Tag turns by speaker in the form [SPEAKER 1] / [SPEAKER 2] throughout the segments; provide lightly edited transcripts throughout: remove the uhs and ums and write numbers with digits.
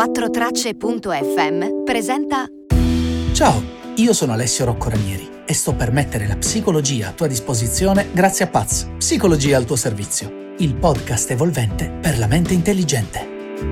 [SPEAKER 1] 4Tracce.fm presenta.
[SPEAKER 2] Ciao, io sono Alessio Rocco Ranieri e sto per mettere la psicologia a tua disposizione grazie a Paz, Psicologia al tuo servizio, il podcast evolvente per la mente intelligente.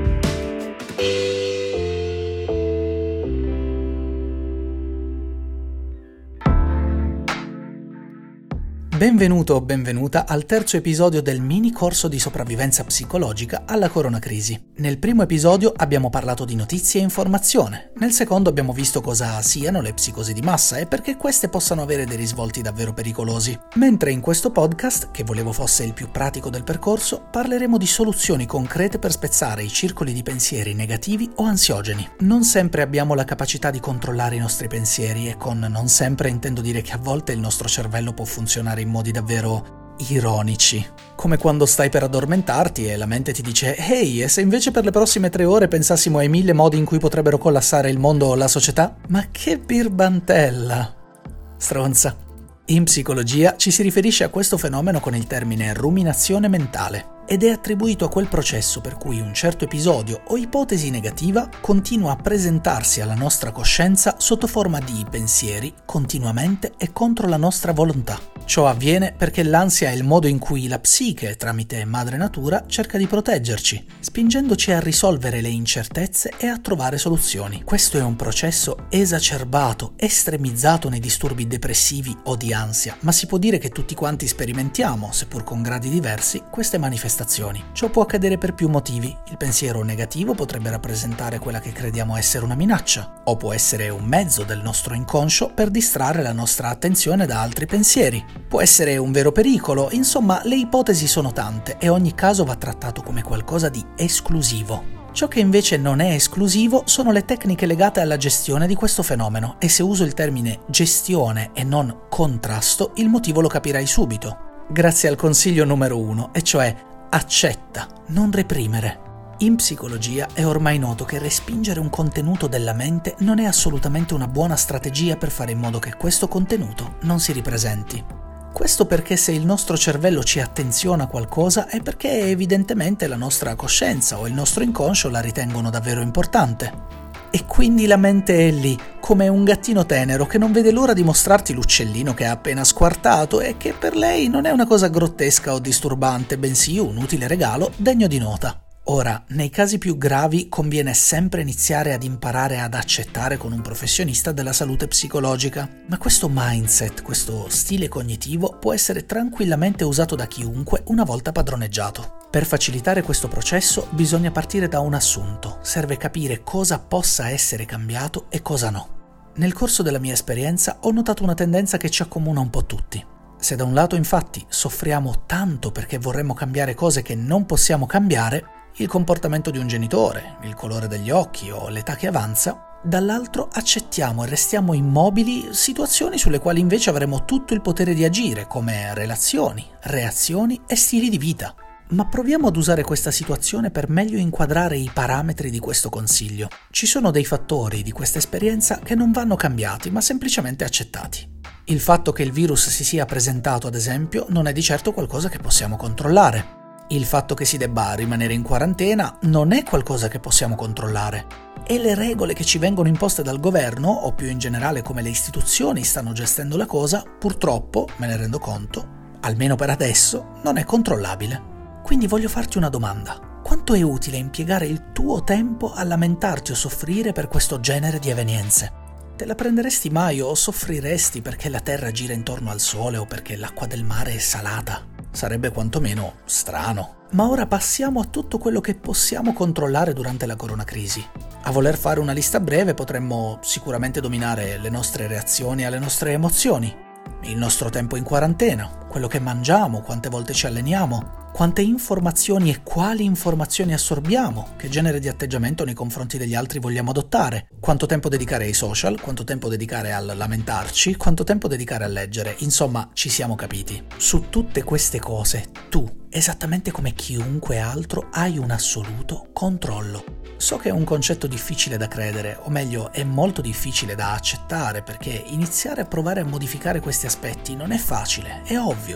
[SPEAKER 2] Benvenuto o benvenuta al terzo episodio del mini corso di sopravvivenza psicologica alla coronacrisi. Nel primo episodio abbiamo parlato di notizie e informazione, nel secondo abbiamo visto cosa siano le psicosi di massa e perché queste possano avere dei risvolti davvero pericolosi. Mentre in questo podcast, che volevo fosse il più pratico del percorso, parleremo di soluzioni concrete per spezzare i circoli di pensieri negativi o ansiogeni. Non sempre abbiamo la capacità di controllare i nostri pensieri e con non sempre intendo dire che a volte il nostro cervello può funzionare in modi davvero ironici, come quando stai per addormentarti e la mente ti dice «Ehi, e se invece per le prossime 3 ore pensassimo ai 1000 modi in cui potrebbero collassare il mondo o la società?» Ma che birbantella! Stronza. In psicologia ci si riferisce a questo fenomeno con il termine ruminazione mentale ed è attribuito a quel processo per cui un certo episodio o ipotesi negativa continua a presentarsi alla nostra coscienza sotto forma di pensieri continuamente e contro la nostra volontà. Ciò avviene perché l'ansia è il modo in cui la psiche, tramite madre natura, cerca di proteggerci, spingendoci a risolvere le incertezze e a trovare soluzioni. Questo è un processo esacerbato, estremizzato nei disturbi depressivi o di ansia, ma si può dire che tutti quanti sperimentiamo, seppur con gradi diversi, queste manifestazioni. Ciò può accadere per più motivi. Il pensiero negativo potrebbe rappresentare quella che crediamo essere una minaccia, o può essere un mezzo del nostro inconscio per distrarre la nostra attenzione da altri pensieri. Può essere un vero pericolo, insomma le ipotesi sono tante e ogni caso va trattato come qualcosa di esclusivo. Ciò che invece non è esclusivo sono le tecniche legate alla gestione di questo fenomeno e se uso il termine gestione e non contrasto, il motivo lo capirai subito. Grazie al consiglio numero 1, e cioè accetta, non reprimere. In psicologia è ormai noto che respingere un contenuto della mente non è assolutamente una buona strategia per fare in modo che questo contenuto non si ripresenti. Questo perché se il nostro cervello ci attenziona a qualcosa è perché evidentemente la nostra coscienza o il nostro inconscio la ritengono davvero importante. E quindi la mente è lì, come un gattino tenero che non vede l'ora di mostrarti l'uccellino che ha appena squartato e che per lei non è una cosa grottesca o disturbante, bensì un utile regalo degno di nota. Ora, nei casi più gravi conviene sempre iniziare ad imparare ad accettare con un professionista della salute psicologica, ma questo mindset, questo stile cognitivo può essere tranquillamente usato da chiunque una volta padroneggiato. Per facilitare questo processo bisogna partire da un assunto, serve capire cosa possa essere cambiato e cosa no. Nel corso della mia esperienza ho notato una tendenza che ci accomuna un po' tutti. Se da un lato infatti soffriamo tanto perché vorremmo cambiare cose che non possiamo cambiare, il comportamento di un genitore, il colore degli occhi o l'età che avanza, dall'altro accettiamo e restiamo immobili situazioni sulle quali invece avremo tutto il potere di agire, come relazioni, reazioni e stili di vita. Ma proviamo ad usare questa situazione per meglio inquadrare i parametri di questo consiglio. Ci sono dei fattori di questa esperienza che non vanno cambiati, ma semplicemente accettati. Il fatto che il virus si sia presentato, ad esempio, non è di certo qualcosa che possiamo controllare. Il fatto che si debba rimanere in quarantena non è qualcosa che possiamo controllare. E le regole che ci vengono imposte dal governo, o più in generale come le istituzioni stanno gestendo la cosa, purtroppo, me ne rendo conto, almeno per adesso, non è controllabile. Quindi voglio farti una domanda. Quanto è utile impiegare il tuo tempo a lamentarti o soffrire per questo genere di evenienze? Te la prenderesti mai o soffriresti perché la Terra gira intorno al Sole o perché l'acqua del mare è salata? Sarebbe quantomeno strano. Ma ora passiamo a tutto quello che possiamo controllare durante la coronacrisi. A voler fare una lista breve potremmo sicuramente dominare le nostre reazioni alle nostre emozioni, il nostro tempo in quarantena, quello che mangiamo, quante volte ci alleniamo, quante informazioni e quali informazioni assorbiamo, che genere di atteggiamento nei confronti degli altri vogliamo adottare, quanto tempo dedicare ai social, quanto tempo dedicare al lamentarci, quanto tempo dedicare a leggere, insomma ci siamo capiti. Su tutte queste cose tu, esattamente come chiunque altro, hai un assoluto controllo. So che è un concetto difficile da credere, o meglio è molto difficile da accettare perché iniziare a provare a modificare questi aspetti non è facile, è ovvio.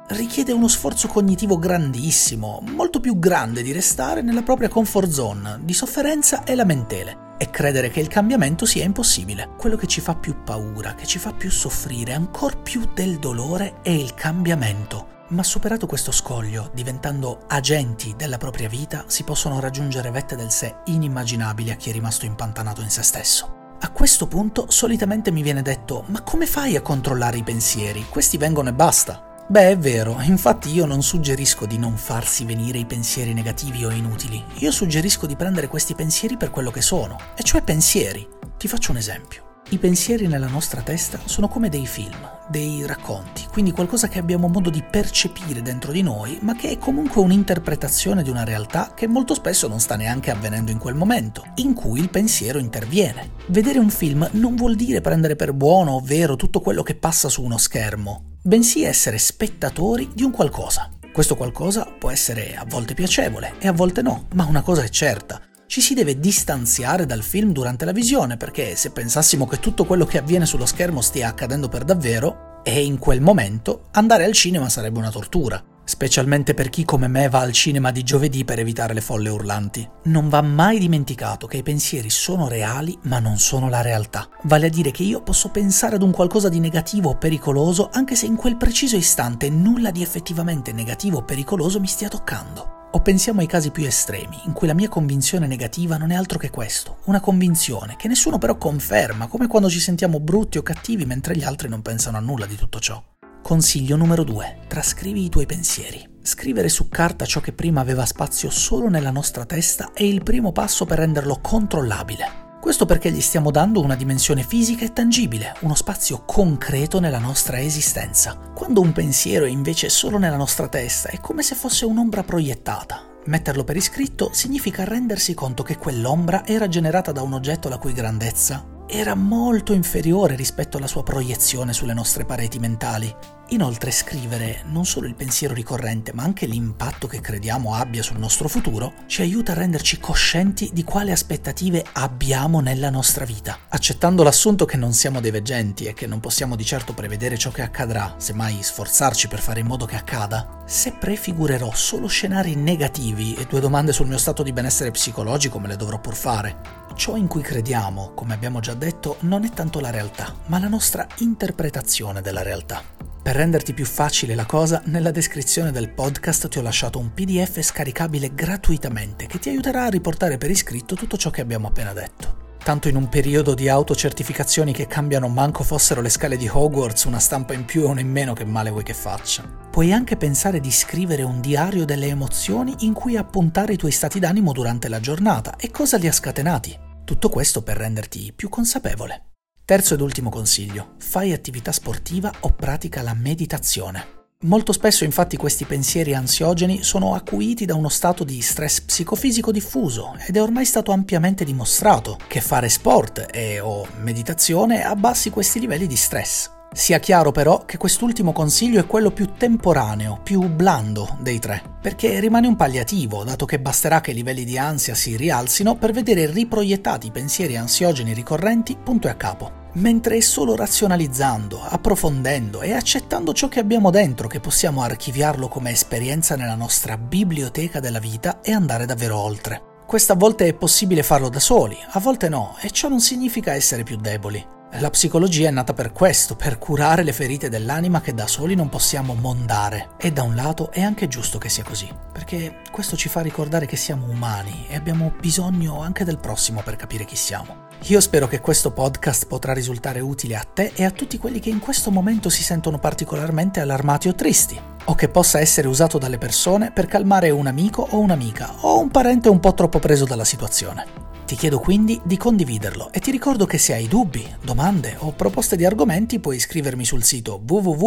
[SPEAKER 2] richiede uno sforzo cognitivo grandissimo, molto più grande di restare nella propria comfort zone di sofferenza e lamentele e credere che il cambiamento sia impossibile. Quello che ci fa più paura, che ci fa più soffrire, ancor più del dolore, è il cambiamento. Ma superato questo scoglio, diventando agenti della propria vita, si possono raggiungere vette del sé inimmaginabili a chi è rimasto impantanato in se stesso. A questo punto solitamente mi viene detto: ma come fai a controllare i pensieri? Questi vengono e basta. Beh, è vero, infatti io non suggerisco di non farsi venire i pensieri negativi o inutili. Io suggerisco di prendere questi pensieri per quello che sono, e cioè pensieri. Ti faccio un esempio. I pensieri nella nostra testa sono come dei film, dei racconti, quindi qualcosa che abbiamo modo di percepire dentro di noi, ma che è comunque un'interpretazione di una realtà che molto spesso non sta neanche avvenendo in quel momento, in cui il pensiero interviene. Vedere un film non vuol dire prendere per buono o vero tutto quello che passa su uno schermo, bensì essere spettatori di un qualcosa. Questo qualcosa può essere a volte piacevole e a volte no, ma una cosa è certa: ci si deve distanziare dal film durante la visione, perché se pensassimo che tutto quello che avviene sullo schermo stia accadendo per davvero, e in quel momento andare al cinema sarebbe una tortura, specialmente per chi come me va al cinema di giovedì per evitare le folle urlanti. Non va mai dimenticato che i pensieri sono reali, ma non sono la realtà. Vale a dire che io posso pensare ad un qualcosa di negativo o pericoloso, anche se in quel preciso istante nulla di effettivamente negativo o pericoloso mi stia toccando. O pensiamo ai casi più estremi, in cui la mia convinzione negativa non è altro che questo, una convinzione che nessuno però conferma, come quando ci sentiamo brutti o cattivi mentre gli altri non pensano a nulla di tutto ciò. Consiglio numero 2. Trascrivi i tuoi pensieri. Scrivere su carta ciò che prima aveva spazio solo nella nostra testa è il primo passo per renderlo controllabile. Questo perché gli stiamo dando una dimensione fisica e tangibile, uno spazio concreto nella nostra esistenza. Quando un pensiero è invece solo nella nostra testa, è come se fosse un'ombra proiettata. Metterlo per iscritto significa rendersi conto che quell'ombra era generata da un oggetto la cui grandezza era molto inferiore rispetto alla sua proiezione sulle nostre pareti mentali. Inoltre scrivere non solo il pensiero ricorrente, ma anche l'impatto che crediamo abbia sul nostro futuro, ci aiuta a renderci coscienti di quali aspettative abbiamo nella nostra vita. Accettando l'assunto che non siamo dei veggenti e che non possiamo di certo prevedere ciò che accadrà, semmai sforzarci per fare in modo che accada, se prefigurerò solo scenari negativi e 2 domande sul mio stato di benessere psicologico me le dovrò pur fare. Ciò in cui crediamo, come abbiamo già detto, non è tanto la realtà, ma la nostra interpretazione della realtà. Per renderti più facile la cosa, nella descrizione del podcast ti ho lasciato un PDF scaricabile gratuitamente che ti aiuterà a riportare per iscritto tutto ciò che abbiamo appena detto. Tanto in un periodo di autocertificazioni che cambiano manco fossero le scale di Hogwarts, una stampa in più e una in meno, che male vuoi che faccia. Puoi anche pensare di scrivere un diario delle emozioni in cui appuntare i tuoi stati d'animo durante la giornata e cosa li ha scatenati. Tutto questo per renderti più consapevole. Terzo ed ultimo consiglio: fai attività sportiva o pratica la meditazione. Molto spesso infatti questi pensieri ansiogeni sono acuiti da uno stato di stress psicofisico diffuso ed è ormai stato ampiamente dimostrato che fare sport o meditazione abbassi questi livelli di stress. Sia chiaro però che quest'ultimo consiglio è quello più temporaneo, più blando dei 3, perché rimane un palliativo, dato che basterà che i livelli di ansia si rialzino per vedere riproiettati i pensieri ansiogeni ricorrenti punto e a capo. Mentre è solo razionalizzando, approfondendo e accettando ciò che abbiamo dentro che possiamo archiviarlo come esperienza nella nostra biblioteca della vita e andare davvero oltre. Questa a volte è possibile farlo da soli, a volte no, e ciò non significa essere più deboli. La psicologia è nata per questo, per curare le ferite dell'anima che da soli non possiamo mondare. E da un lato è anche giusto che sia così, perché questo ci fa ricordare che siamo umani e abbiamo bisogno anche del prossimo per capire chi siamo. Io spero che questo podcast potrà risultare utile a te e a tutti quelli che in questo momento si sentono particolarmente allarmati o tristi, o che possa essere usato dalle persone per calmare un amico o un'amica o un parente un po' troppo preso dalla situazione. Ti chiedo quindi di condividerlo e ti ricordo che se hai dubbi, domande o proposte di argomenti puoi iscrivermi sul sito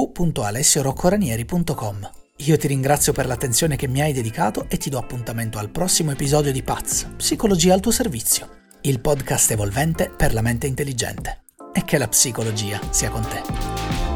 [SPEAKER 2] www.alessioroccoranieri.com. Io ti ringrazio per l'attenzione che mi hai dedicato e ti do appuntamento al prossimo episodio di PAZ, Psicologia al tuo servizio, il podcast evolvente per la mente intelligente. E che la psicologia sia con te.